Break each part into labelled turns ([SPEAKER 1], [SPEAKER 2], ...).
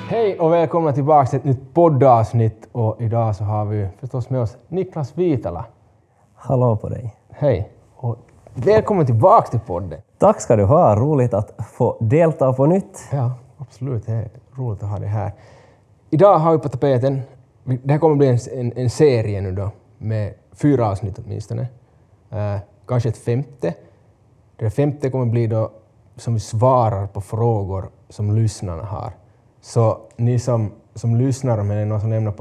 [SPEAKER 1] Hej och välkomna tillbaka till ett nytt poddavsnitt, och idag så har vi förstås med oss Niklas Viitala.
[SPEAKER 2] Hallå på dig.
[SPEAKER 1] Hej och välkommen tillbaka till podden.
[SPEAKER 2] Tack ska du ha, roligt att få delta på nytt.
[SPEAKER 1] Ja, absolut, det är roligt att ha det här. Idag har vi på tapeten, det här kommer bli en serie nu då med 4 avsnitt åtminstone. Kanske ett femte. Det femte kommer bli då som vi svarar på frågor som lyssnarna har. Så ni som lyssnar, om det är någon som lämnar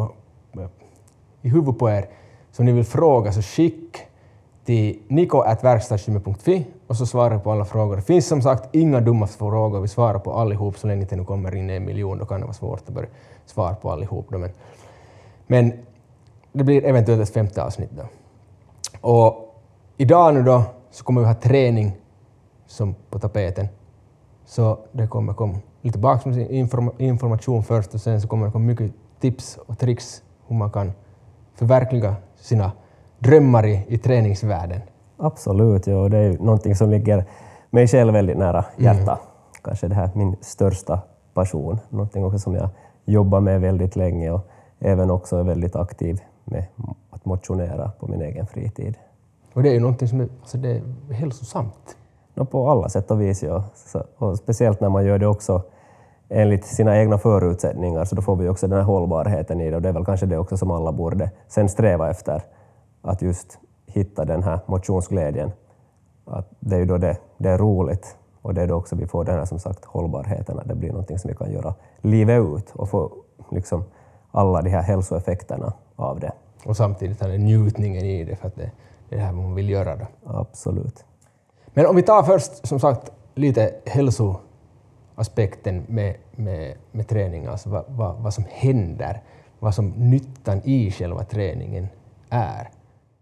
[SPEAKER 1] i huvudet på er som ni vill fråga, så skick till niko@verkstadskemi.fi och så svarar vi på alla frågor. Det finns som sagt inga dumma frågor, vi svarar på allihop så länge det nu kommer in 1 miljon, då kan det vara svårt att börja svara på allihop. Då. Men det blir eventuellt ett 5:e avsnitt då. Och idag nu då så kommer vi ha träning som på tapeten. Så det kommer lite bakgrundsinformation först, och sen så kommer det komma mycket tips och tricks hur man kan förverkliga sina drömmar i träningsvärlden.
[SPEAKER 2] Absolut, ja, det är ju någonting som ligger mig själv väldigt nära hjärta. Kanske det här min största passion. Någonting också som jag jobbar med väldigt länge och även också är väldigt aktiv med att motionera på min egen fritid.
[SPEAKER 1] Och det är ju någonting som det är hälsosamt.
[SPEAKER 2] På alla sätt och vis, ja. Och speciellt när man gör det också enligt sina egna förutsättningar, så då får vi också den här hållbarheten i det, och det är väl kanske det också som alla borde sen sträva efter, att just hitta den här motionsglädjen. Att det är ju då det är roligt, och det är då också vi får den här som sagt hållbarheten, att det blir någonting som vi kan göra livet ut och få liksom alla de här hälsoeffekterna av det.
[SPEAKER 1] Och samtidigt är det njutningen i det, för att det är det här man vill göra då.
[SPEAKER 2] Absolut.
[SPEAKER 1] Men om vi tar först som sagt lite hälsoaspekten med träning, alltså vad som händer, vad som nyttan i själva träningen är.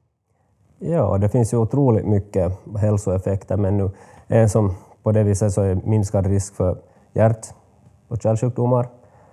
[SPEAKER 2] Ja, det finns ju otroligt mycket hälsoeffekter, men nu en som på det viset så är minskad risk för hjärt- och kärlsjukdomar.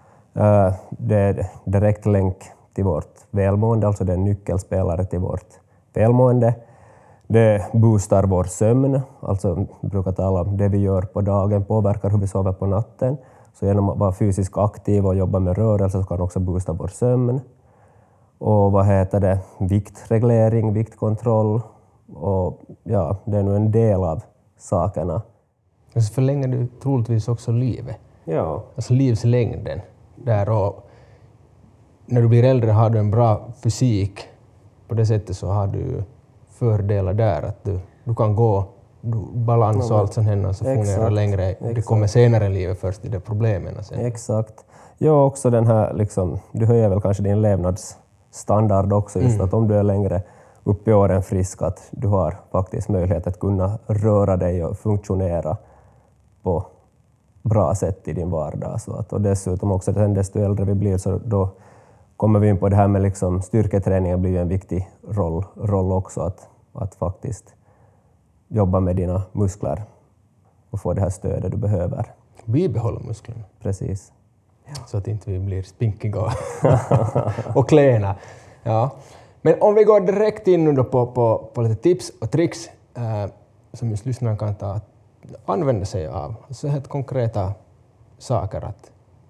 [SPEAKER 2] Det är direkt länk till vårt välmående, alltså det är en nyckelspelare till vårt välmående. Det boostar vår sömn, alltså brukar tala om det vi gör på dagen påverkar hur vi sover på natten. Så genom att vara fysiskt aktiv och jobba med rörelse så kan också boosta vår sömn. Och viktreglering, viktkontroll, och ja, det är nu en del av sakerna.
[SPEAKER 1] Och så förlänger du troligtvis också livet.
[SPEAKER 2] Ja.
[SPEAKER 1] Alltså livslängden där, och när du blir äldre har du en bra fysik. På det sättet så har du fördelar där, att du kan gå, balans och allt sånt här så fungerar längre. Exakt. Det kommer senare i livet först i de problemen. Sen.
[SPEAKER 2] Exakt. Ja, också den här, liksom, du höjer väl kanske din levnadsstandard också, just att om du är längre upp i åren frisk, att du har faktiskt möjlighet att kunna röra dig och funktionera på bra sätt i din vardag. Så att, och dessutom också, desto äldre vi blir, så då kommer vi in på det här med liksom, styrketräningen blir ju en viktig roll också, att faktiskt jobba med dina muskler och få det här stödet du behöver.
[SPEAKER 1] Bibehålla musklerna.
[SPEAKER 2] Precis.
[SPEAKER 1] Ja. Så att inte vi blir spinkiga och klena. Ja. Men om vi går direkt in nu då på lite tips och tricks som just lyssnarna kan använda sig av. Så helt konkreta saker. Att,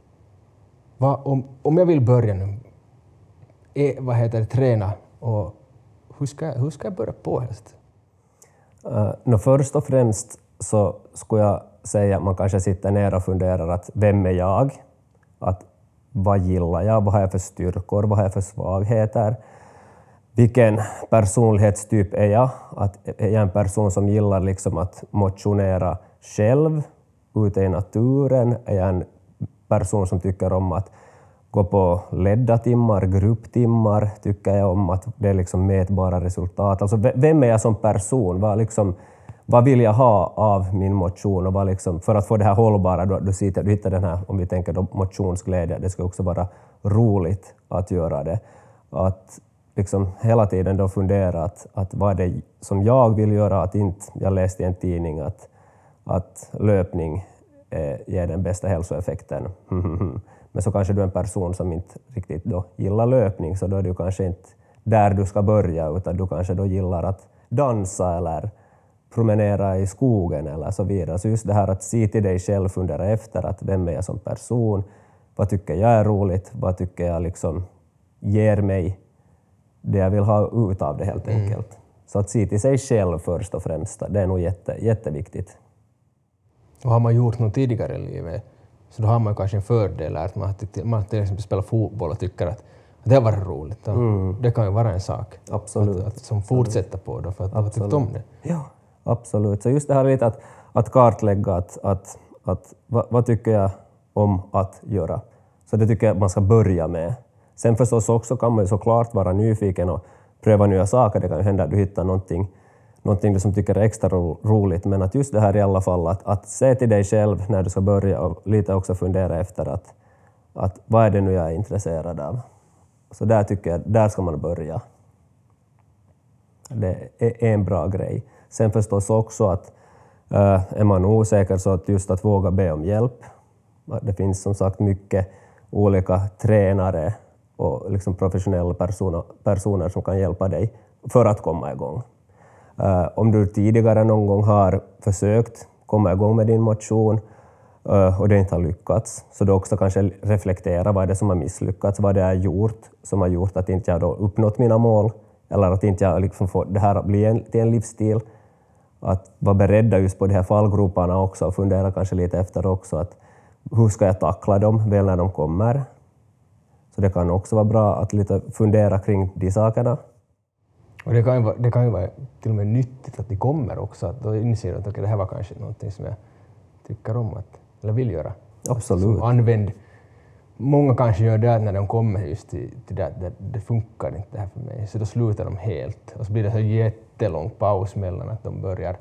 [SPEAKER 1] om jag vill börja nu, träna, och hur ska jag börja på helst?
[SPEAKER 2] Först och främst så skulle jag säga att man kanske sitter ner och funderar att vem är jag? Att vad gillar jag? Vad har jag för styrkor? Vad har jag för svagheter? Vilken personlighetstyp är jag? Är jag en person som gillar liksom att motionera själv ute i naturen? Är jag en person som tycker om att gå på ledda timmar, grupptimmar? Tycker jag om att det är liksom mätbara resultat? Alltså vem är jag som person? Vad vill jag ha av min motion? Och för att få det här hållbara, du hittar den här, om vi tänker då motionsglädje, det ska också vara roligt att göra det. Att liksom hela tiden då fundera att vad är det som jag vill göra, att inte, jag läste i en tidning att löpning ger den bästa hälsoeffekten. Men så kanske du är en person som inte riktigt då gillar löpning, så då är det ju kanske inte där du ska börja, utan du kanske då gillar att dansa eller promenera i skogen eller så vidare. Så just det här att se till dig själv, fundera efter att vem är jag som person, vad tycker jag är roligt, vad tycker jag liksom ger mig det jag vill ha ut av det helt enkelt. Så att se till sig själv först och främst, det är nog jätteviktigt.
[SPEAKER 1] Och har man gjort något tidigare i livet så då har man kanske en fördel att man till exempel spelar fotboll och tycker att det var roligt. Det kan ju vara en sak.
[SPEAKER 2] Absolut.
[SPEAKER 1] Att som fortsätter på då för att man tyckte om det.
[SPEAKER 2] Ja, absolut. Så just det här lite att kartlägga vad tycker jag om att göra. Så det tycker jag man ska börja med. Sen förstås också kan man ju såklart vara nyfiken och pröva nya saker. Det kan ju hända att du hittar någonting du som tycker är extra roligt. Men att just det här i alla fall, att se till dig själv när du ska börja och lite också fundera efter att vad är det nu jag är intresserad av. Så där tycker jag, där ska man börja. Det är en bra grej. Sen förstås också att är man osäker så att just att våga be om hjälp. Det finns som sagt mycket olika tränare och liksom professionella personer som kan hjälpa dig för att komma igång. Om du tidigare någon gång har försökt komma igång med din motion och det inte har lyckats, så du också kanske reflektera vad är det som har misslyckats, vad det är gjort som har gjort att inte jag då uppnått mina mål eller att inte jag liksom får det här att bli till en livsstil. Att vara beredda just på de här fallgroparna också och fundera kanske lite efter också att hur ska jag tackla dem väl när de kommer. Så det kan också vara bra att lite fundera kring de sakerna.
[SPEAKER 1] Och det kan ju vara till och med nyttigt att de kommer också. Att då inser att det här var kanske någonting som jag tycker om eller vill göra.
[SPEAKER 2] Absolut.
[SPEAKER 1] Många kanske gör det när de kommer just till det funkar inte det här för mig. Så då slutar de helt. Och så blir det så jättelång paus mellan att de börjar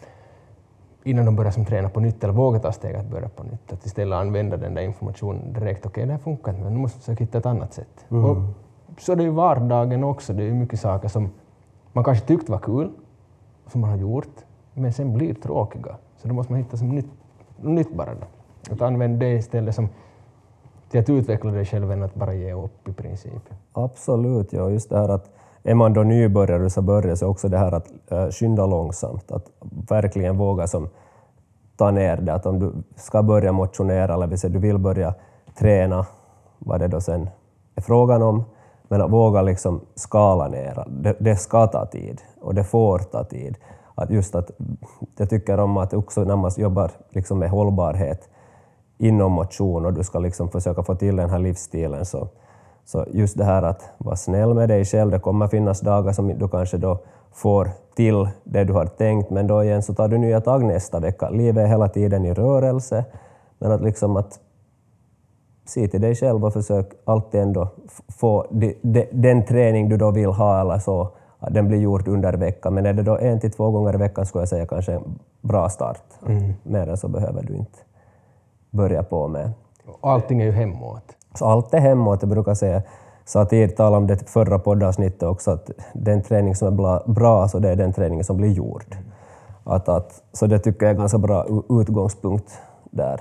[SPEAKER 1] innan de börjar som träna på nytt eller vågar ta steg att börja på nytt. Att istället använda den där informationen direkt. Okej, det här funkar inte men nu måste jag hitta ett annat sätt. Och så det är ju vardagen också. Det är mycket saker som man kanske tyckte var kul som man har gjort men sen blir tråkiga. Så då måste man hitta som nytt bara då. Att använda det istället som till att utveckla dig själv än att bara ge upp i princip.
[SPEAKER 2] Absolut, ja. Just det här att är man då nybörjare så börjar så också det här att skynda långsamt. Att verkligen våga som ta ner det. Att om du ska börja motionera eller du vill börja träna, vad det då sen är frågan om. Men att våga liksom skala ner. Det ska ta tid och det får ta tid. Att just att jag tycker om att också när man jobbar liksom med hållbarhet inom motion och du ska liksom försöka få till den här livsstilen så just det här att vara snäll med dig själv. Det kommer finnas dagar som du kanske då får till det du har tänkt men då igen så tar du nya tag nästa vecka. Livet är hela tiden i rörelse men att liksom att se till dig själv och försök alltid ändå få den träning du då vill ha eller så att den blir gjord under veckan. Men är det då 1 till 2 gånger i veckan skulle jag säga kanske en bra start. Mer än så behöver du inte börja på med.
[SPEAKER 1] Och allting är ju hemåt.
[SPEAKER 2] Så allt är hemåt, jag brukar säga. Så att jag talade om det förra poddavsnittet också att den träning som är bra så det är den träningen som blir gjord. Så det tycker jag är en ganska bra utgångspunkt där.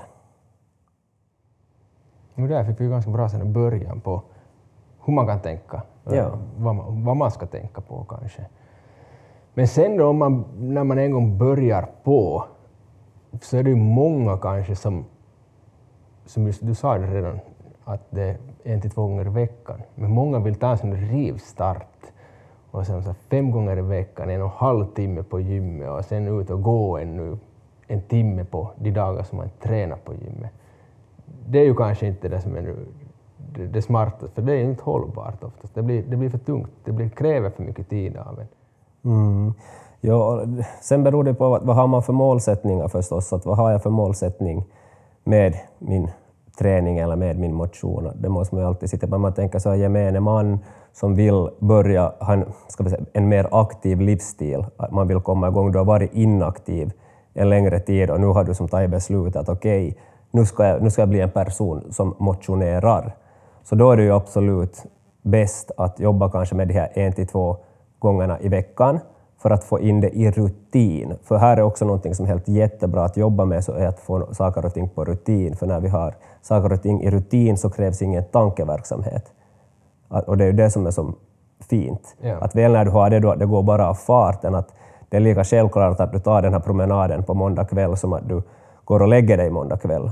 [SPEAKER 1] Och där fick vi ganska bra sen början på hur man kan tänka.
[SPEAKER 2] Ja.
[SPEAKER 1] Vad man ska tänka på kanske. Men sen då när man en gång börjar på så är det ju många kanske som just du sa det redan att det är 1 till 2 gånger i veckan. Men många vill ta en sån rivstart och sen så 5 gånger i veckan, 1,5 timme på gymmet och sen ut och gå ännu 1 timme på de dagar som man tränar på gymmet. Det är ju kanske inte det som är det smartaste, för det är inte hållbart oftast. Det blir för tungt, kräver för mycket tid av en.
[SPEAKER 2] Ja, sen beror det på vad har man för målsättningar förstås. Att vad har jag för målsättning med min träning eller med min motion? Det måste man ju alltid sitta på. Man tänker så här, gemene man som vill börja ha en mer aktiv livsstil. Att man vill komma igång, du har varit inaktiv en längre tid och nu har du som tagit beslut att okej, nu ska jag bli en person som motionerar. Så då är det ju absolut bäst att jobba kanske med de här 1 till 2 gångerna i veckan för att få in det i rutin. För här är också någonting som är helt jättebra att jobba med så är att få saker och ting på rutin. För när vi har saker och ting i rutin så krävs ingen tankeverksamhet. Och det är ju det som är så fint. Ja. Att väl när du har det då, det går bara av farten. Att det är lika självklart att du tar den här promenaden på måndag kväll som att du går och lägger dig måndag kväll.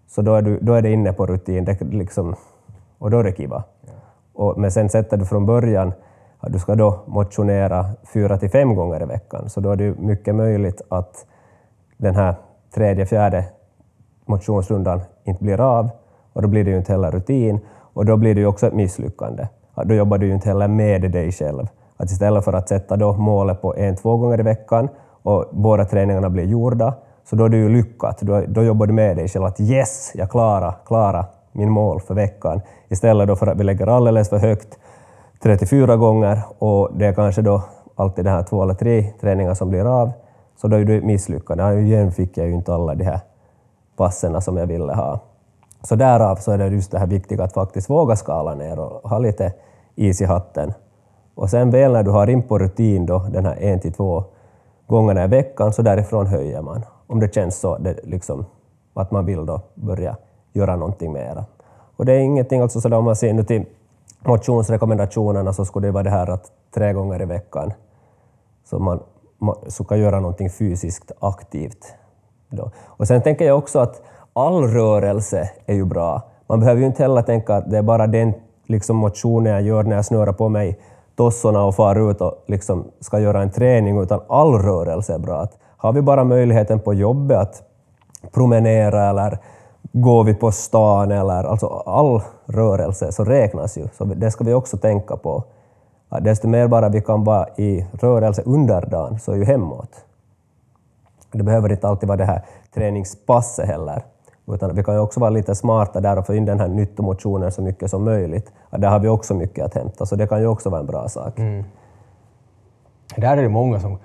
[SPEAKER 2] Så då är det inne på rutin, det liksom, och då är det kiva. Men sen sätter du från början att du ska då motionera 4-5 gånger i veckan. Så då är det mycket möjligt att den här 3-4 motionsrundan inte blir av. Och då blir det ju inte heller rutin. Och då blir det ju också ett misslyckande. Då jobbar du ju inte heller med dig själv. Att istället för att sätta då målet på 1-2 gånger i veckan och båda träningarna blir gjorda, så då är det ju lyckat. Då jobbar du med dig själv att yes, jag klarar min mål för veckan. Istället då för att vi lägger alldeles för högt 34 gånger och det är kanske då alltid det här 2 eller 3 träningar som blir av, så då är det misslyckande. Igen fick jag ju inte alla de här passerna som jag ville ha. Så därav så är det just det här viktiga att faktiskt våga skala ner och ha lite is i hatten. Och sen väl när du har in på rutin då, den här 1-2 gångerna i veckan, så därifrån höjer man. Om det känns så det liksom, att man vill då börja göra någonting mera. Och det är ingenting, alltså så om man ser nu till motionsrekommendationerna, så skulle det vara det här att 3 gånger i veckan så man ska göra någonting fysiskt aktivt. Då. Och sen tänker jag också att all rörelse är ju bra. Man behöver ju inte heller tänka att det är bara den liksom motionen jag gör när jag snörar på mig tossorna och far ut och liksom ska göra en träning, utan all rörelse är bra. Att har vi bara möjligheten på jobbet att promenera eller går vi på stan, eller alltså all rörelse så räknas ju. Så det ska vi också tänka på. Att desto mer bara vi kan vara i rörelse under dagen, så är ju hemåt. Det behöver inte alltid vara det här träningspasset heller. Utan vi kan ju också vara lite smarta där och få in den här nyttomotionen så mycket som möjligt. Där har vi också mycket att hämta, så det kan ju också vara en bra sak.
[SPEAKER 1] Mm. Där är det många som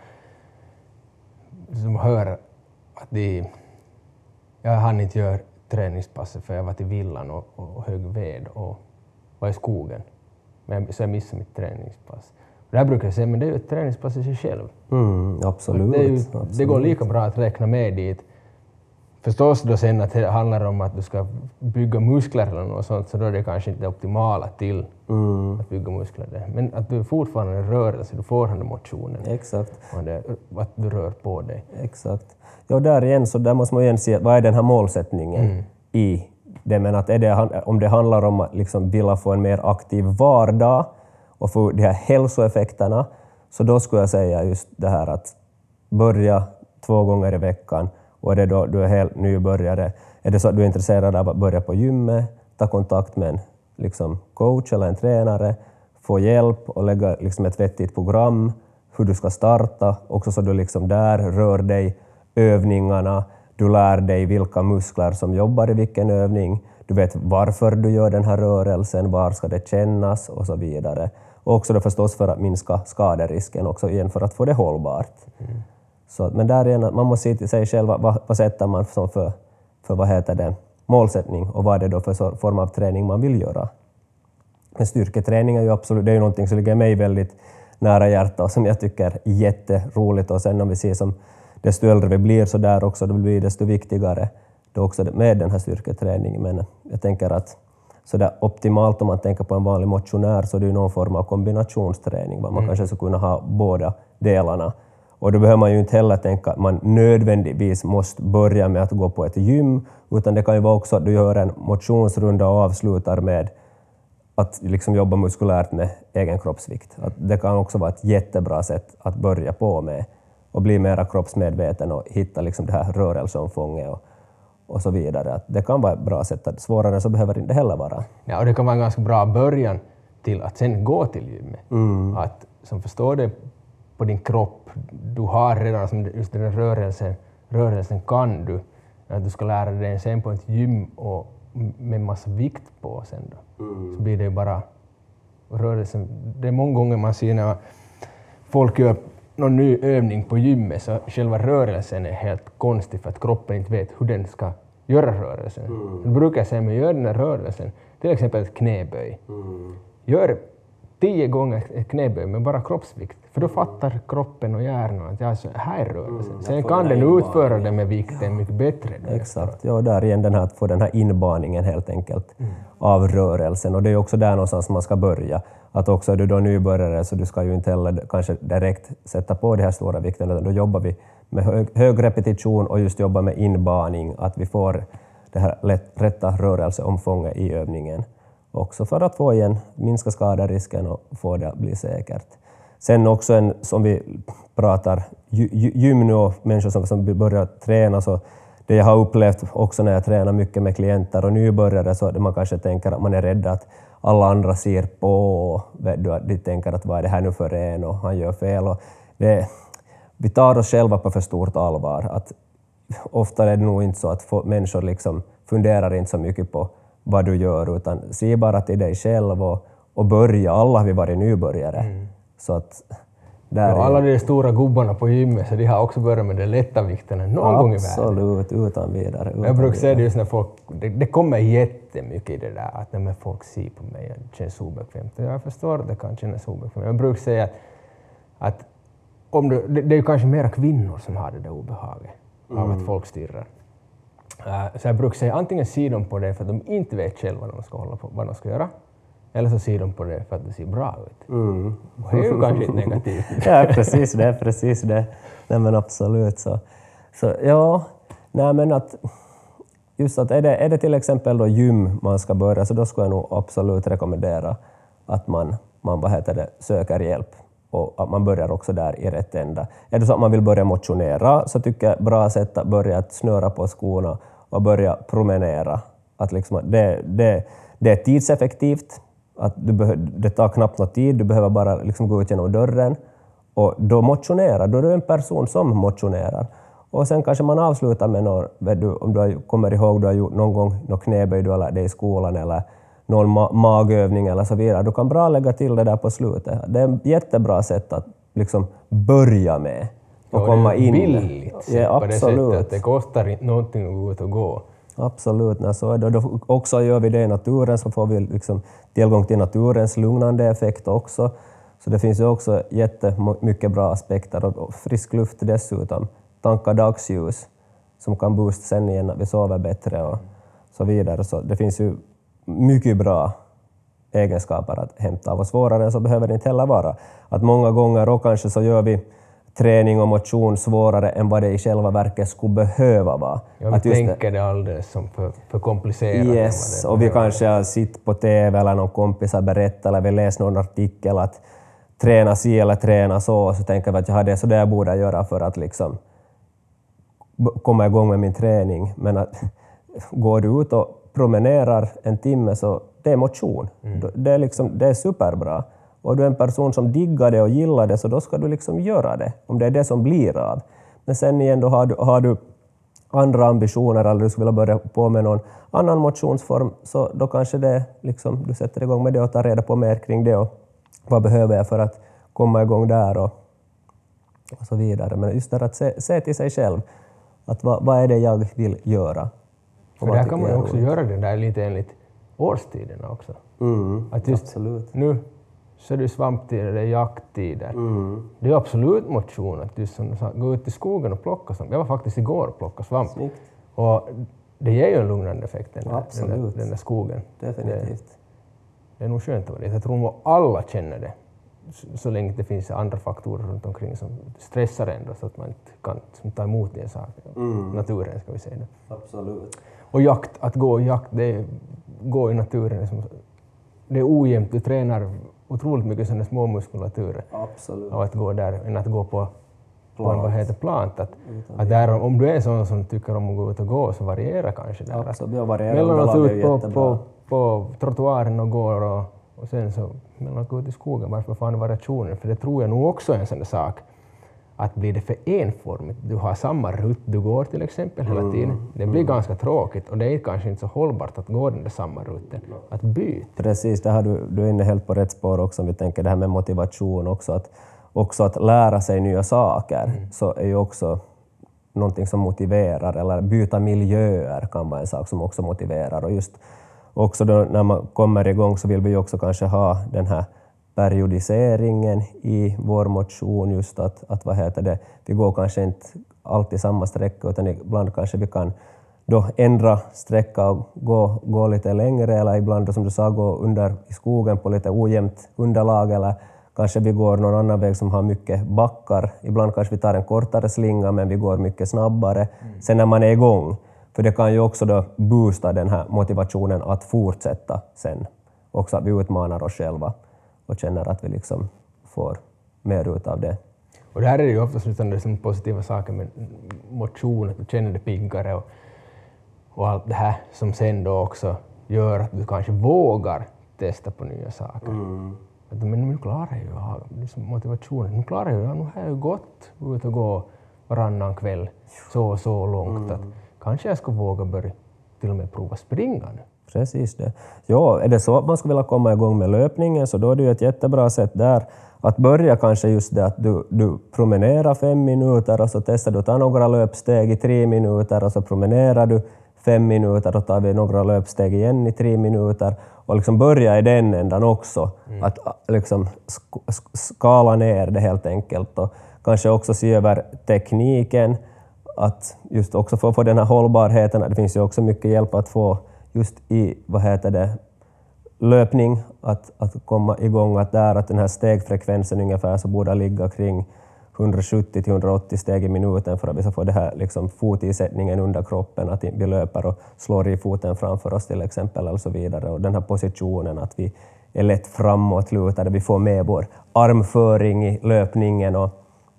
[SPEAKER 1] hör att jag hann inte göra träningspasset för jag var till villan och högg ved och var i skogen. Så jag missade mitt träningspass. Och där brukar jag säga, men det är ju ett träningspass i sig själv.
[SPEAKER 2] Absolut.
[SPEAKER 1] Det går lika bra att räkna med dit. Förstås då sen att det handlar om att du ska bygga muskler eller något sånt, så då är det kanske inte det optimala till att bygga muskler. Men att du fortfarande rörelse, du får den motionen.
[SPEAKER 2] Exakt.
[SPEAKER 1] Och att du rör på dig.
[SPEAKER 2] Exakt. Ja, där igen, så där måste man igen se vad är den här målsättningen i det. Men att om det handlar om att liksom vilja få en mer aktiv vardag och få de här hälsoeffekterna, så då skulle jag säga just det här att börja 2 gånger i veckan. Och är det då du är helt nybörjare, är det så att du är intresserad av att börja på gymmet, ta kontakt med en liksom coach eller en tränare, få hjälp och lägga liksom ett vettigt program, hur du ska starta, också så du liksom där rör dig, övningarna, du lär dig vilka muskler som jobbar i vilken övning, du vet varför du gör den här rörelsen, var ska det kännas och så vidare. Och också då förstås för att minska skaderisken, också igen för att få det hållbart. Så, men där är man måste se till sig själv vad sätter man som för vad heter det, målsättning och vad är det då för form av träning man vill göra. Men styrketräning är ju absolut, det är ju någonting som ligger mig väldigt nära hjärtat och som jag tycker är jätteroligt. Och sen om vi ser som desto äldre vi blir så där också, det blir desto viktigare då också med den här styrketräningen. Men jag tänker att så där optimalt om man tänker på en vanlig motionär, så är det ju någon form av kombinationsträning. Man kanske ska kunna ha båda delarna. Och då behöver man ju inte heller tänka att man nödvändigtvis måste börja med att gå på ett gym, utan det kan ju vara också att du gör en motionsrunda och avslutar med att liksom jobba muskulärt med egen kroppsvikt. Att det kan också vara ett jättebra sätt att börja på med och bli mer kroppsmedveten och hitta liksom det här rörelseomfånget och så vidare. Att det kan vara ett bra sätt. Att svårare så behöver det inte heller vara.
[SPEAKER 1] Ja, och det kan vara en ganska bra början till att sen gå till gymmet. Att som förstår det på din kropp, du har redan som just den rörelsen kan du. Att du ska lära dig sen på ett gym och med massa vikt på sen då. Så blir det bara rörelsen. Det är många gånger man ser när folk gör någon ny övning på gymmet, så själva rörelsen är helt konstig för att kroppen inte vet hur den ska göra rörelsen. Du brukar säga, men gör den här rörelsen, till exempel ett knäböj. Gör 10 gånger ett knäböj med bara kroppsvikt. För då fattar kroppen och hjärnan att ja, så här är rörelsen. Sen kan den utföra det med vikten mycket bättre.
[SPEAKER 2] Exakt, ja, där igen den här, att få den här inbaningen helt enkelt av rörelsen. Och det är också där någonstans man ska börja. Att också är du då nybörjare, så du ska ju inte heller kanske direkt sätta på de här stora vikterna. Då jobbar vi med hög repetition och just jobbar med inbaning. Att vi får det här rätta rörelseomfånget i övningen. Också för att få igen, minska skaderisken och få det att bli säkert. Sen också som vi pratar gym nu och människor som börjar träna, så det jag har upplevt också när jag tränar mycket med klienter och nybörjare, så man kanske tänker att man är rädd att alla andra ser på och de tänker att vad är det här nu för en och han gör fel. Och vi tar oss själva på för stort allvar. Att ofta är det nog inte så att människor liksom funderar inte så mycket på vad du gör, utan se bara till dig själv och börja. Alla har vi varit nybörjare. Så att
[SPEAKER 1] alla de stora gubbarna på gymmet, så de har också börjat med de lätta vikterna någon gång i världen.
[SPEAKER 2] Absolut, utan vidare.
[SPEAKER 1] Jag brukar säga det just när folk, det kommer jättemycket i det där att när folk ser på mig och det känns obekvämt. Jag förstår att det kan kännas obekvämt. Jag brukar säga att det är ju kanske mera kvinnor som har det där obehaget av att folk stirrar. Så jag brukar säga antingen ser de på det för att de inte vet själva vad de ska göra, eller så ser de på det för att det ser bra ut. Och det är ju kanske inte negativt.
[SPEAKER 2] Ja, precis det. Nej, men absolut så ja, nej men att just att är det till exempel då gym man ska börja, så då skulle jag nog absolut rekommendera att man söker hjälp och att man börjar också där i rätt ända. Är det så att man vill börja motionera, så tycker jag bra sätt att börja att snöra på skorna och börja promenera. Att liksom, det är tidseffektivt. Att det tar knappt någon tid, du behöver bara liksom gå ut genom dörren och då motionerar, då är du en person som motionerar. Och sen kanske man avslutar med om du kommer ihåg du har gjort någon gång någon knäböj du har lärt dig i skolan eller någon magövning eller så vidare. Du kan bra lägga till det där på slutet. Det är ett jättebra sätt att liksom börja med och komma in.
[SPEAKER 1] Det är billigt
[SPEAKER 2] ja,
[SPEAKER 1] på det sättet att det kostar inte någonting att gå ut och gå.
[SPEAKER 2] Absolut, så är det. Då också gör vi det i naturen, så får vi liksom tillgång till naturens lugnande effekt också. Så det finns ju också jättemycket bra aspekter och frisk luft dessutom. Tanka dagsljus som kan boosta sen igen att vi sover bättre och så vidare. Så det finns ju mycket bra egenskaper att hämta av, och svårare så behöver det inte heller vara. Att många gånger och kanske så gör vi träning och motion svårare än vad det i själva verket skulle behöva vara.
[SPEAKER 1] Ja, vi tänker det alldeles som för komplicerat.
[SPEAKER 2] Yes, och vi kanske har sitt på TV eller någon kompis har berättat eller vi läser någon artikel att träna si eller träna så tänker vi att det är så det jag borde göra för att liksom komma igång med min träning. Men att går du ut och promenerar en timme, så det är motion. Det är superbra. Och du är en person som diggar det och gillar det, så då ska du liksom göra det, om det är det som blir av. Men sen igen då har du andra ambitioner eller du skulle vilja börja på med någon annan motionsform, så då kanske det liksom, du sätter igång med det och tar reda på mer kring det och vad behöver jag för att komma igång där och så vidare. Men just det att se till sig själv att vad är det jag vill göra.
[SPEAKER 1] För där kan man ju också göra det där lite enligt årstiderna också. Att just
[SPEAKER 2] absolut.
[SPEAKER 1] Nu så är det svamptider, det är jakttider. Det är absolut motion att just gå ut i skogen och plocka svamp. Jag var faktiskt igår och plockade svamp.
[SPEAKER 2] Snyggt.
[SPEAKER 1] Och det ger ju en lugnande effekt, den där skogen.
[SPEAKER 2] Definitivt.
[SPEAKER 1] Det är nog skönt att vara det. Jag tror att alla känner det. Så länge det finns andra faktorer runt omkring som stressar ändå, så att man inte kan ta emot den saken. Naturen ska vi säga det.
[SPEAKER 2] Absolut.
[SPEAKER 1] Och jakt, att gå jakt, det är gå i naturen. Det är ojämnt, du tränar otroligt mycket sådana små muskulaturer.
[SPEAKER 2] Absolut.
[SPEAKER 1] Och att gå där än att gå på plant. Att där, om du är sån som tycker om att gå ut och gå, så varierar kanske där.
[SPEAKER 2] Absolut,
[SPEAKER 1] mellan att ut på trottoaren och går och sen så mellan att gå ut i skogen, varför fan variationen? För det tror jag nog också är en sån sak. Att blir det för enformigt, du har samma rutt du går till exempel hela tiden. Det blir ganska tråkigt och det är kanske inte så hållbart att gå den där samma rutten. Att byta.
[SPEAKER 2] Precis, det har du är inne helt på rätt spår också. Vi tänker det här med motivation också att lära sig nya saker. Så är ju också någonting som motiverar, eller byta miljöer kan vara en sak som också motiverar. Och just också då, när man kommer igång, så vill vi också kanske ha den här periodiseringen i vår motion, just att vad heter det, vi går kanske inte alltid samma sträcka, utan ibland kanske vi kan då ändra sträcka och gå lite längre, eller ibland som du sa gå under i skogen på lite ojämnt underlag, eller kanske vi går någon annan väg som har mycket backar. Ibland kanske vi tar en kortare slinga men vi går mycket snabbare. Sen när man är igång, För det kan ju också då boosta den här motivationen att fortsätta sen. Också att vi utmanar oss själva och känner att vi liksom får mer ut av det.
[SPEAKER 1] Och det här är ju oftast utan positiva saker med motion, att du känner dig piggare och allt det här som sen då också gör att du kanske vågar testa på nya saker. Men nu klarar jag ju att ha liksom motivationen. Nu klarar jag ju, nu har jag ju gått ut och gå varannan kväll så långt att kanske jag ska våga börja till och med prova springa nu.
[SPEAKER 2] Precis det. Ja, är det så att man skulle vilja komma igång med löpningen så då är det ju ett jättebra sätt där att börja kanske just det att du promenerar 5 minuter och så testar du att ta några löpsteg i 3 minuter och så promenerar du 5 minuter och tar vi några löpsteg igen i 3 minuter och liksom börja i den ändan också. Att liksom skala ner det helt enkelt och kanske också se över tekniken att just också få den här hållbarheten. Det finns ju också mycket hjälp att få just i löpning att komma igång att den här stegfrekvensen ungefär så borde ligga kring 170-180 steg i minuten för att vi ska få det här liksom fotisättningen under kroppen, att vi löper och slår i foten framför oss till exempel och så vidare. Och den här positionen att vi är lätt framåtlutade, vi får med vår armföring i löpningen och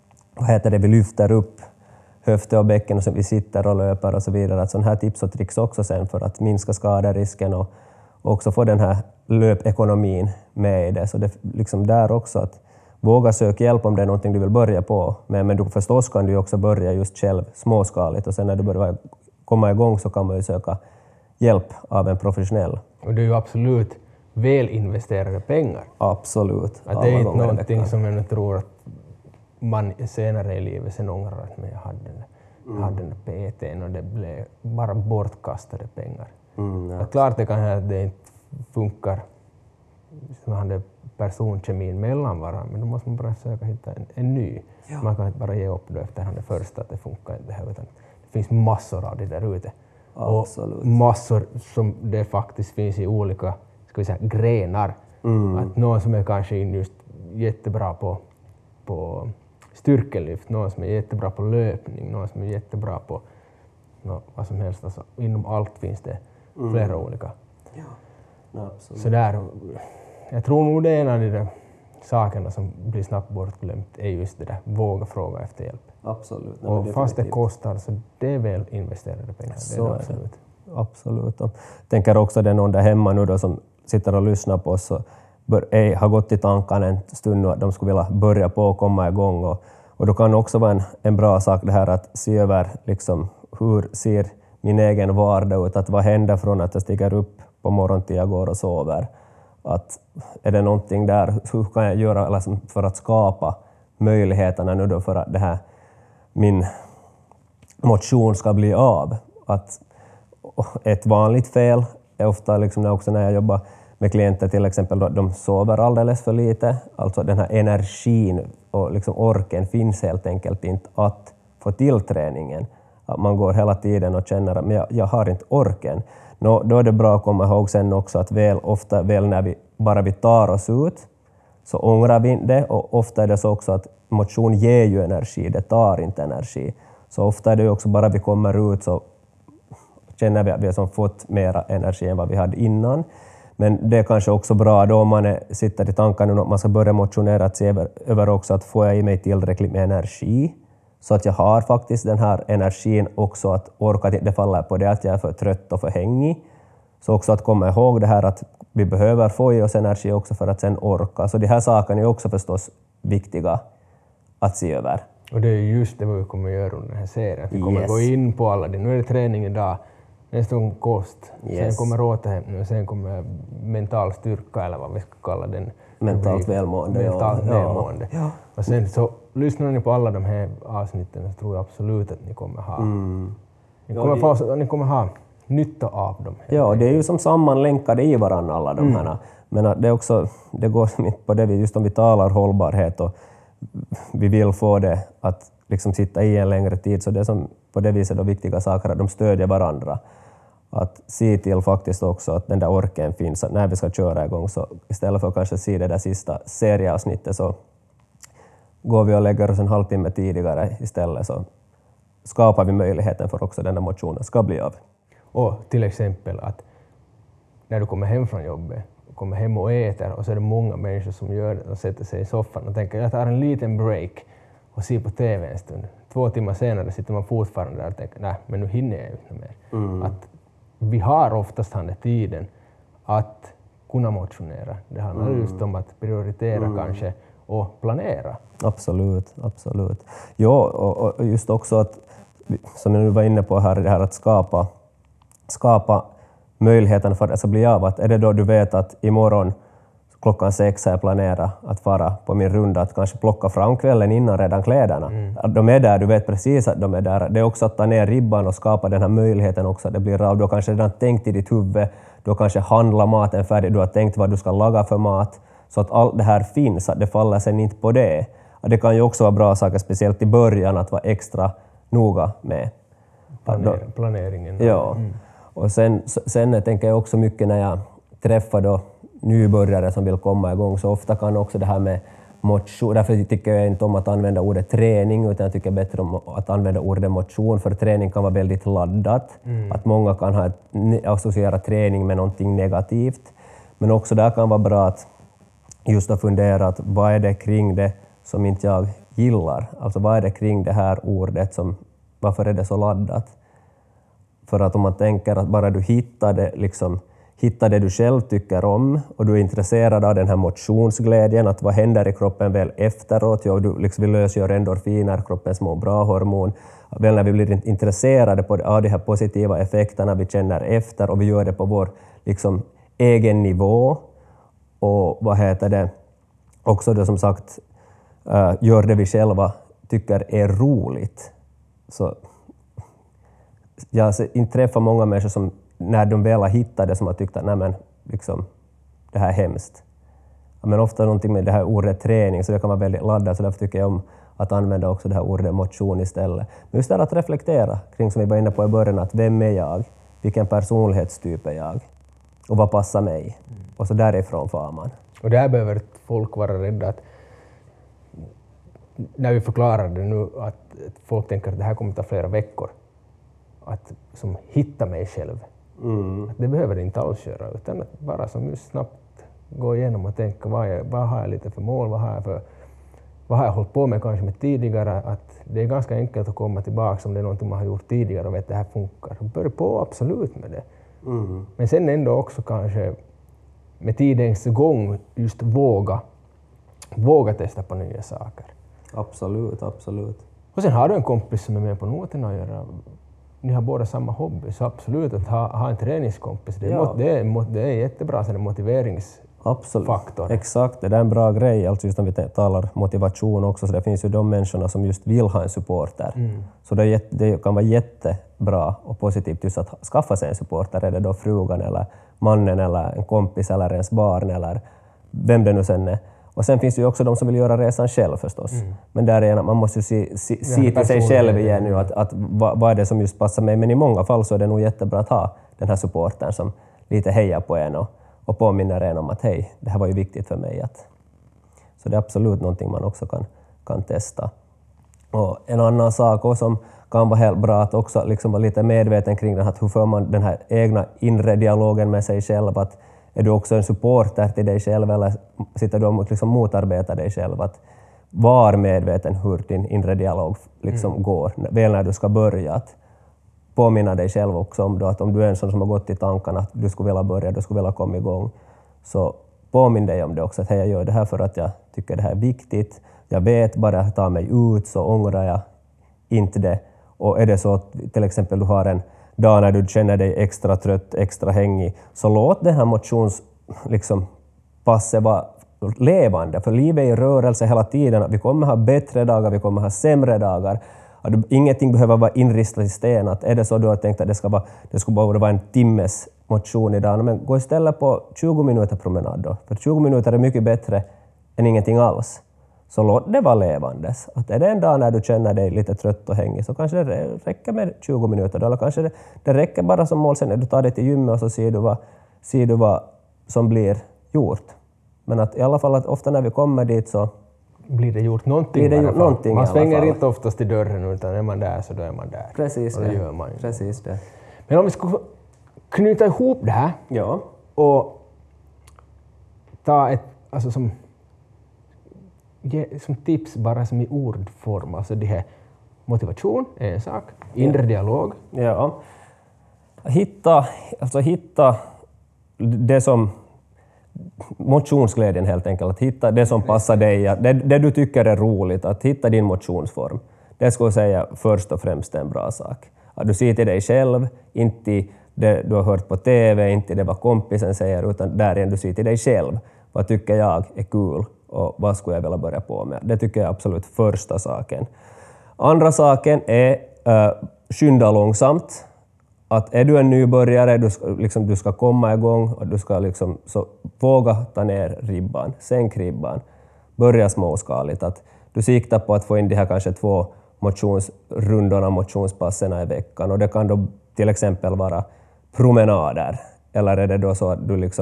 [SPEAKER 2] vi lyfter upp höfter och bäcken och så vi sitter och löper och så vidare. Att sådana här tips och tricks också sen för att minska skaderisken och också få den här löpekonomin med i det. Så det är liksom där också att våga söka hjälp om det är någonting du vill börja på. Men du förstås kan du också börja just själv småskaligt och sen när du börjar komma igång så kan man ju söka hjälp av en professionell.
[SPEAKER 1] Och det är ju absolut väl investerade pengar.
[SPEAKER 2] Absolut.
[SPEAKER 1] Att det är inte någonting som jag tror att man senare i livet sen ångrar att jag hade den PT:n och det blev bara bortkastade pengar. Att klart det kan hända att det inte funkar som hade personkemin mellan varandra, men då måste man bara söka hitta en ny. Ja. Man kan inte bara ge upp det efter det första att det funkar inte här, utan det finns massor av det där ute.
[SPEAKER 2] Absolut.
[SPEAKER 1] Och massor som det faktiskt finns i olika, ska vi säga, grenar. Att någon som är kanske just jättebra på styrkelyft, någon som är jättebra på löpning, någon som är jättebra på vad som helst. Alltså, inom allt finns det flera olika.
[SPEAKER 2] Ja. Absolut.
[SPEAKER 1] Så där, jag tror nog det är en av de där sakerna som blir snabbt bortglömt är just det där, våga fråga efter hjälp.
[SPEAKER 2] Absolut.
[SPEAKER 1] Och fast det kostar så det är väl investerade pengar.
[SPEAKER 2] Så
[SPEAKER 1] det är det absolut.
[SPEAKER 2] Absolut. Jag tänker också det är någon där hemma nu då som sitter och lyssnar på oss så har gått i tankarna en stund nu att de skulle vilja börja på och komma igång. Och då kan också vara en bra sak det här att se över liksom, hur ser min egen vardag ut, att vad händer från att jag stiger upp på morgonen till jag går och sover. Att är det någonting där, hur kan jag göra för att skapa möjligheterna nu då för att det här, min motion ska bli av. Att ett vanligt fel är ofta liksom också när jag jobbar med klienter till exempel, de sover alldeles för lite. Alltså den här energin och liksom orken finns helt enkelt inte att få till träningen. Att man går hela tiden och känner att jag har inte orken. Då är det bra att komma ihåg sen också att ofta när vi tar oss ut så ångrar vi det, och ofta är det så också att motion ger ju energi, det tar inte energi. Så ofta är det också bara vi kommer ut så känner vi att vi har fått mer energi än vad vi hade innan. Men det är kanske också bra då om man sitter i tankarna att man ska börja motionera att se över också att får jag i mig tillräckligt med energi så att jag har faktiskt den här energin också att orka att inte falla på det att jag är för trött och för hängig. Så också att komma ihåg det här att vi behöver få i oss energi också för att sen orka. Så de här sakerna är också förstås viktiga att se över.
[SPEAKER 1] Och det är just det vi kommer att göra under den här serien. Vi kommer att gå in på alla det. Nu är det träning idag, nästa gång kost, sen kommer återhämtning och sen kommer mental styrka eller vad vi ska kalla den.
[SPEAKER 2] Mentalt välmående.
[SPEAKER 1] Välmående. Ja. Och sen så lyssnar ni på alla de här avsnitten så tror jag absolut att ni kommer ha ni kommer ha nytta av dem.
[SPEAKER 2] Ja, det är ju som sammanlänkade i varandra alla de här. Men det är också, det går på det just om vi talar hållbarhet och vi vill få det att liksom sitta i en längre tid, så det är som på det viset då viktiga saker att de stödjer varandra. Att se till faktiskt också att den där orken finns, att när vi ska köra igång så istället för att kanske se det där sista serieavsnittet så går vi och lägger oss en halvtimme tidigare istället, så skapar vi möjligheten för också den här motionen ska bli av.
[SPEAKER 1] Och till exempel att när du kommer hem från jobbet, kommer hem och äter och så är det många människor som gör det och sätter sig i soffan och tänker jag tar en liten break och ser på TV en stund. 2 timmar senare sitter man fortfarande där och tänker nej, men nu hinner jag inte mer. Att vi har oftast den tiden att kunna motionera. Det handlar just om att prioritera kanske och planera.
[SPEAKER 2] Absolut. Ja, och just också att, som jag nu var inne på här, det här att skapa möjligheten för att det ska bli av. Att är det då du vet att imorgon klockan 6 jag planerar att fara på min runda, att kanske plocka fram kvällen innan redan kläderna. Att de är där, du vet precis att de är där. Det är också att ta ner ribban och skapa den här möjligheten också att det blir av. Du har kanske redan tänkt i ditt huvud, du har kanske handlat maten färdig, du har tänkt vad du ska laga för mat. Så att allt det här finns, att det faller sen inte på det. Att det kan ju också vara bra saker, speciellt i början, att vara extra noga med.
[SPEAKER 1] Planeringen.
[SPEAKER 2] Ja. Och sen tänker jag också mycket när jag träffar då nybörjare som vill komma igång, så ofta kan också det här med motion, därför tycker jag inte om att använda ordet träning, utan jag tycker bättre om att använda ordet motion, för träning kan vara väldigt laddat. Att många kan associera träning med någonting negativt. Men också där kan vara bra att just att fundera att vad är det kring det som inte jag gillar? Alltså vad är det kring det här ordet som, varför är det så laddat? För att om man tänker att bara du hittar det du själv tycker om och du är intresserad av den här motionsglädjen, att vad händer i kroppen väl efteråt, ja, du liksom vill lösgöra endorfiner, kroppens små bra hormon. Väl när vi blir intresserade av de här positiva effekterna vi känner efter och vi gör det på vår liksom egen nivå och också då som sagt gör det vi själva tycker är roligt. Så jag har inte träffat många människor som när de väl har hittat det som har tyckt att nej men, liksom, det här är hemskt. Men ofta någonting med det här ordet träning, så det kan vara väldigt laddat, så därför tycker jag om att använda också det här ordet motion istället. Men just det att reflektera kring, som vi var inne på i början, att vem är jag? Vilken personlighetstyp är jag? Och vad passar mig? Och så därifrån far man.
[SPEAKER 1] Och där behöver folk vara rädda att när vi förklarar det nu att folk tänker att det här kommer att ta flera veckor. Att som hitta mig själv. Att det behöver det inte alls göra, utan att bara som just snabbt gå igenom och tänka vad har jag lite för mål, vad har jag hållit på med kanske med tidigare. Att det är ganska enkelt att komma tillbaka om det är något man har gjort tidigare och vet att det här funkar. Börja på absolut med det. Men sen ändå också kanske med tidens gång just våga testa på nya saker.
[SPEAKER 2] Absolut.
[SPEAKER 1] Och sen har du en kompis som är med på något att göra. Ni har båda samma hobby, så absolut att ha en träningskompis, det är jättebra som en motiveringsfaktor.
[SPEAKER 2] Absolut. Exakt, det är en bra grej. Alltså just när vi talar motivation också, så det finns ju de människorna som just vill ha en supporter. Så det kan vara jättebra och positivt just att skaffa sig en supporter. Är det då frugan eller mannen eller en kompis eller ens barn eller vem det nu sen är. Och sen finns det ju också de som vill göra resan själv förstås. Men där är man måste ju se till sig själv igen nu att vad är det som just passar mig. Men i många fall så är det nog jättebra att ha den här supporten som lite hejar på en och påminner en om att hej, det här var ju viktigt för mig. Så det är absolut någonting man också kan testa. Och en annan sak som kan vara helt bra att också liksom vara lite medveten kring den, att hur får man den här egna inre dialogen med sig själv. Att är du också en supporter till dig själv eller sitter du och liksom motarbetar dig själv? Att var medveten hur din inre dialog liksom går. Väl när du ska börja, att påminna dig själv också om då, att om du är en sån som har gått i tankarna att du skulle vilja börja, du skulle vilja komma igång. Så påminn dig om det också, att hej, jag gör det här för att jag tycker det här är viktigt. Jag vet, bara att ta mig ut så ångrar jag inte det. Och är det så att till exempel du har en dag när du känner dig extra trött, extra hängig, så låt den här passet vara levande. För livet är i rörelse hela tiden. Vi kommer ha bättre dagar, vi kommer ha sämre dagar. Ingenting behöver vara inristat i sten. Att är det så du har tänkt att det skulle bara vara en timmes motion idag, men gå istället på 20 minuter promenad då. För 20 minuter är mycket bättre än ingenting alls. Så låt det vara levandes. Att är det en dag när du känner dig lite trött och hängig, så kanske det räcker med 20 minuter. Eller kanske det räcker bara som mål sen när du tar dig till gymmet och så ser du vad som blir gjort. Men att i alla fall att ofta när vi kommer dit så
[SPEAKER 1] blir det gjort någonting. Man svänger inte oftast i dörren, utan är man där så då är man där.
[SPEAKER 2] Precis,
[SPEAKER 1] och det gör man ju.
[SPEAKER 2] Precis det.
[SPEAKER 1] Men om vi skulle knyta ihop det här och ta ett, alltså som tips bara som i ordform, alltså det här motivation är en sak, inre dialog.
[SPEAKER 2] Ja. Hitta det som motionsglädjen helt enkelt, att hitta det som passar dig, det du tycker är roligt, att hitta din motionsform. Det skulle jag säga först och främst är en bra sak. Att du ser till dig själv, inte det du har hört på TV, inte det vad kompisen säger, utan där igen du ser till dig själv. Vad tycker jag är kul och vad skulle jag vilja börja på med? Det tycker jag är absolut första saken. Andra saken är skynda långsamt. Att är du en nybörjare, du ska komma igång och du ska så våga ta ner ribban, sänk ribban, börja småskaligt. Att du siktar på att få in de här kanske 2 motionsrundorna, motionspasserna i veckan, och det kan då till exempel vara promenader, eller är det då så att du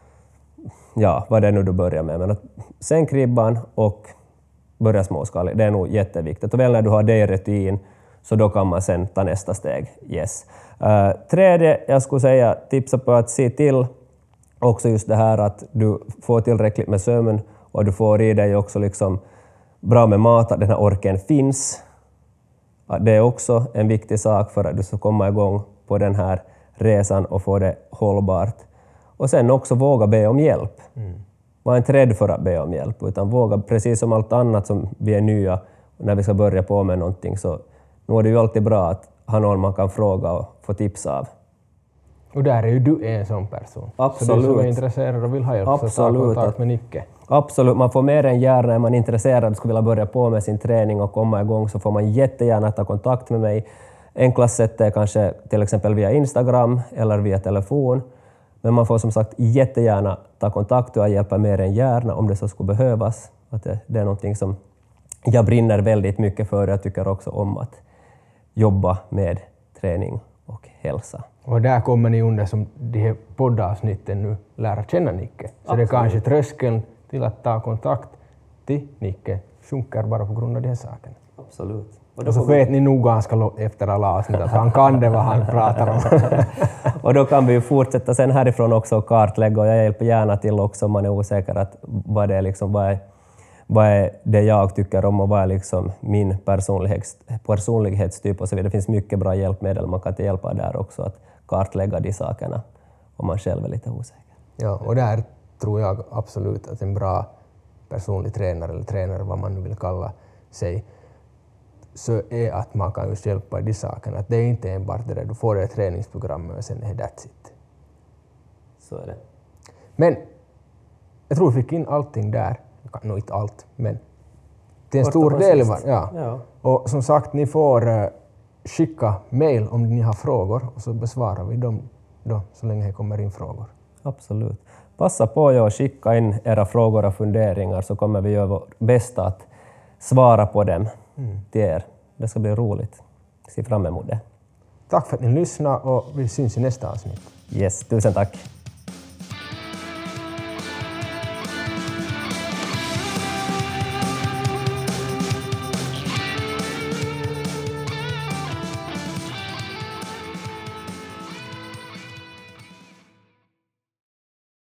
[SPEAKER 2] vad det är nu du börjar med, men att sänk ribban och börja småskaligt, det är nog jätteviktigt. Och väl när du har det i rutin, så då kan man sen ta nästa steg. Yes. Tredje, jag skulle säga, tipsa på att se till också just det här att du får tillräckligt med sömn och du får i dig också bra med mat, att den här orken finns. Det är också en viktig sak för att du ska komma igång på den här resan och få det hållbart. Och sen också våga be om hjälp. Var inte rädd för att be om hjälp, utan våga, precis som allt annat som vi är nya, när vi ska börja på med någonting, så nu är det ju alltid bra att ha någon man kan fråga och få tips av.
[SPEAKER 1] Och där är ju du en sån person.
[SPEAKER 2] Absolut.
[SPEAKER 1] Så du som är intresserad och vill ha hjälp, så ta kontakt med Nicke.
[SPEAKER 2] Absolut, man får mer än gärna, är man intresserad och skulle vilja börja på med sin träning och komma igång, så får man jättegärna ta kontakt med mig. Enklast sätt är kanske till exempel via Instagram eller via telefon. Men man får som sagt jättegärna ta kontakt och hjälpa mer än gärna om det så skulle behövas. Att det är någonting som jag brinner väldigt mycket för. Jag tycker också om att jobba med träning och hälsa.
[SPEAKER 1] Och där kommer ni under som de här poddavsnitten nu lära känna Nicke. Så absolut. Det är kanske tröskeln till att ta kontakt till Nicke sjunker bara på grund av de här sakerna.
[SPEAKER 2] Absolut.
[SPEAKER 1] Och så vet ni nog ganska efter alla avsnitt att han kan det vad han pratar om.
[SPEAKER 2] Och då kan vi ju fortsätta sen härifrån också och kartlägga, och jag hjälper gärna till också om man är osäker att vad är det jag tycker om och vad är min personlighetstyp och så vidare. Det finns mycket bra hjälpmedel man kan hjälpa där också att kartlägga de sakerna om man själv är lite osäker.
[SPEAKER 1] Ja, och där tror jag absolut att en bra personlig tränare eller tränare, vad man nu vill kalla sig, så är att man kan just hjälpa i de sakerna. Att det är inte enbart det där, du får ett träningsprogram och sen är det that's it.
[SPEAKER 2] Så är det.
[SPEAKER 1] Men jag tror vi fick in allting där. Nog inte allt, men till en stor del. Ja. Och som sagt, ni får skicka mejl om ni har frågor och så besvarar vi dem då, så länge det kommer in frågor.
[SPEAKER 2] Absolut. Passa på att skicka in era frågor och funderingar, så kommer vi göra vårt bästa att svara på dem till er. Det ska bli roligt. Se fram emot det.
[SPEAKER 1] Tack för att ni lyssnade och vi syns i nästa avsnitt.
[SPEAKER 2] Yes, tusen tack.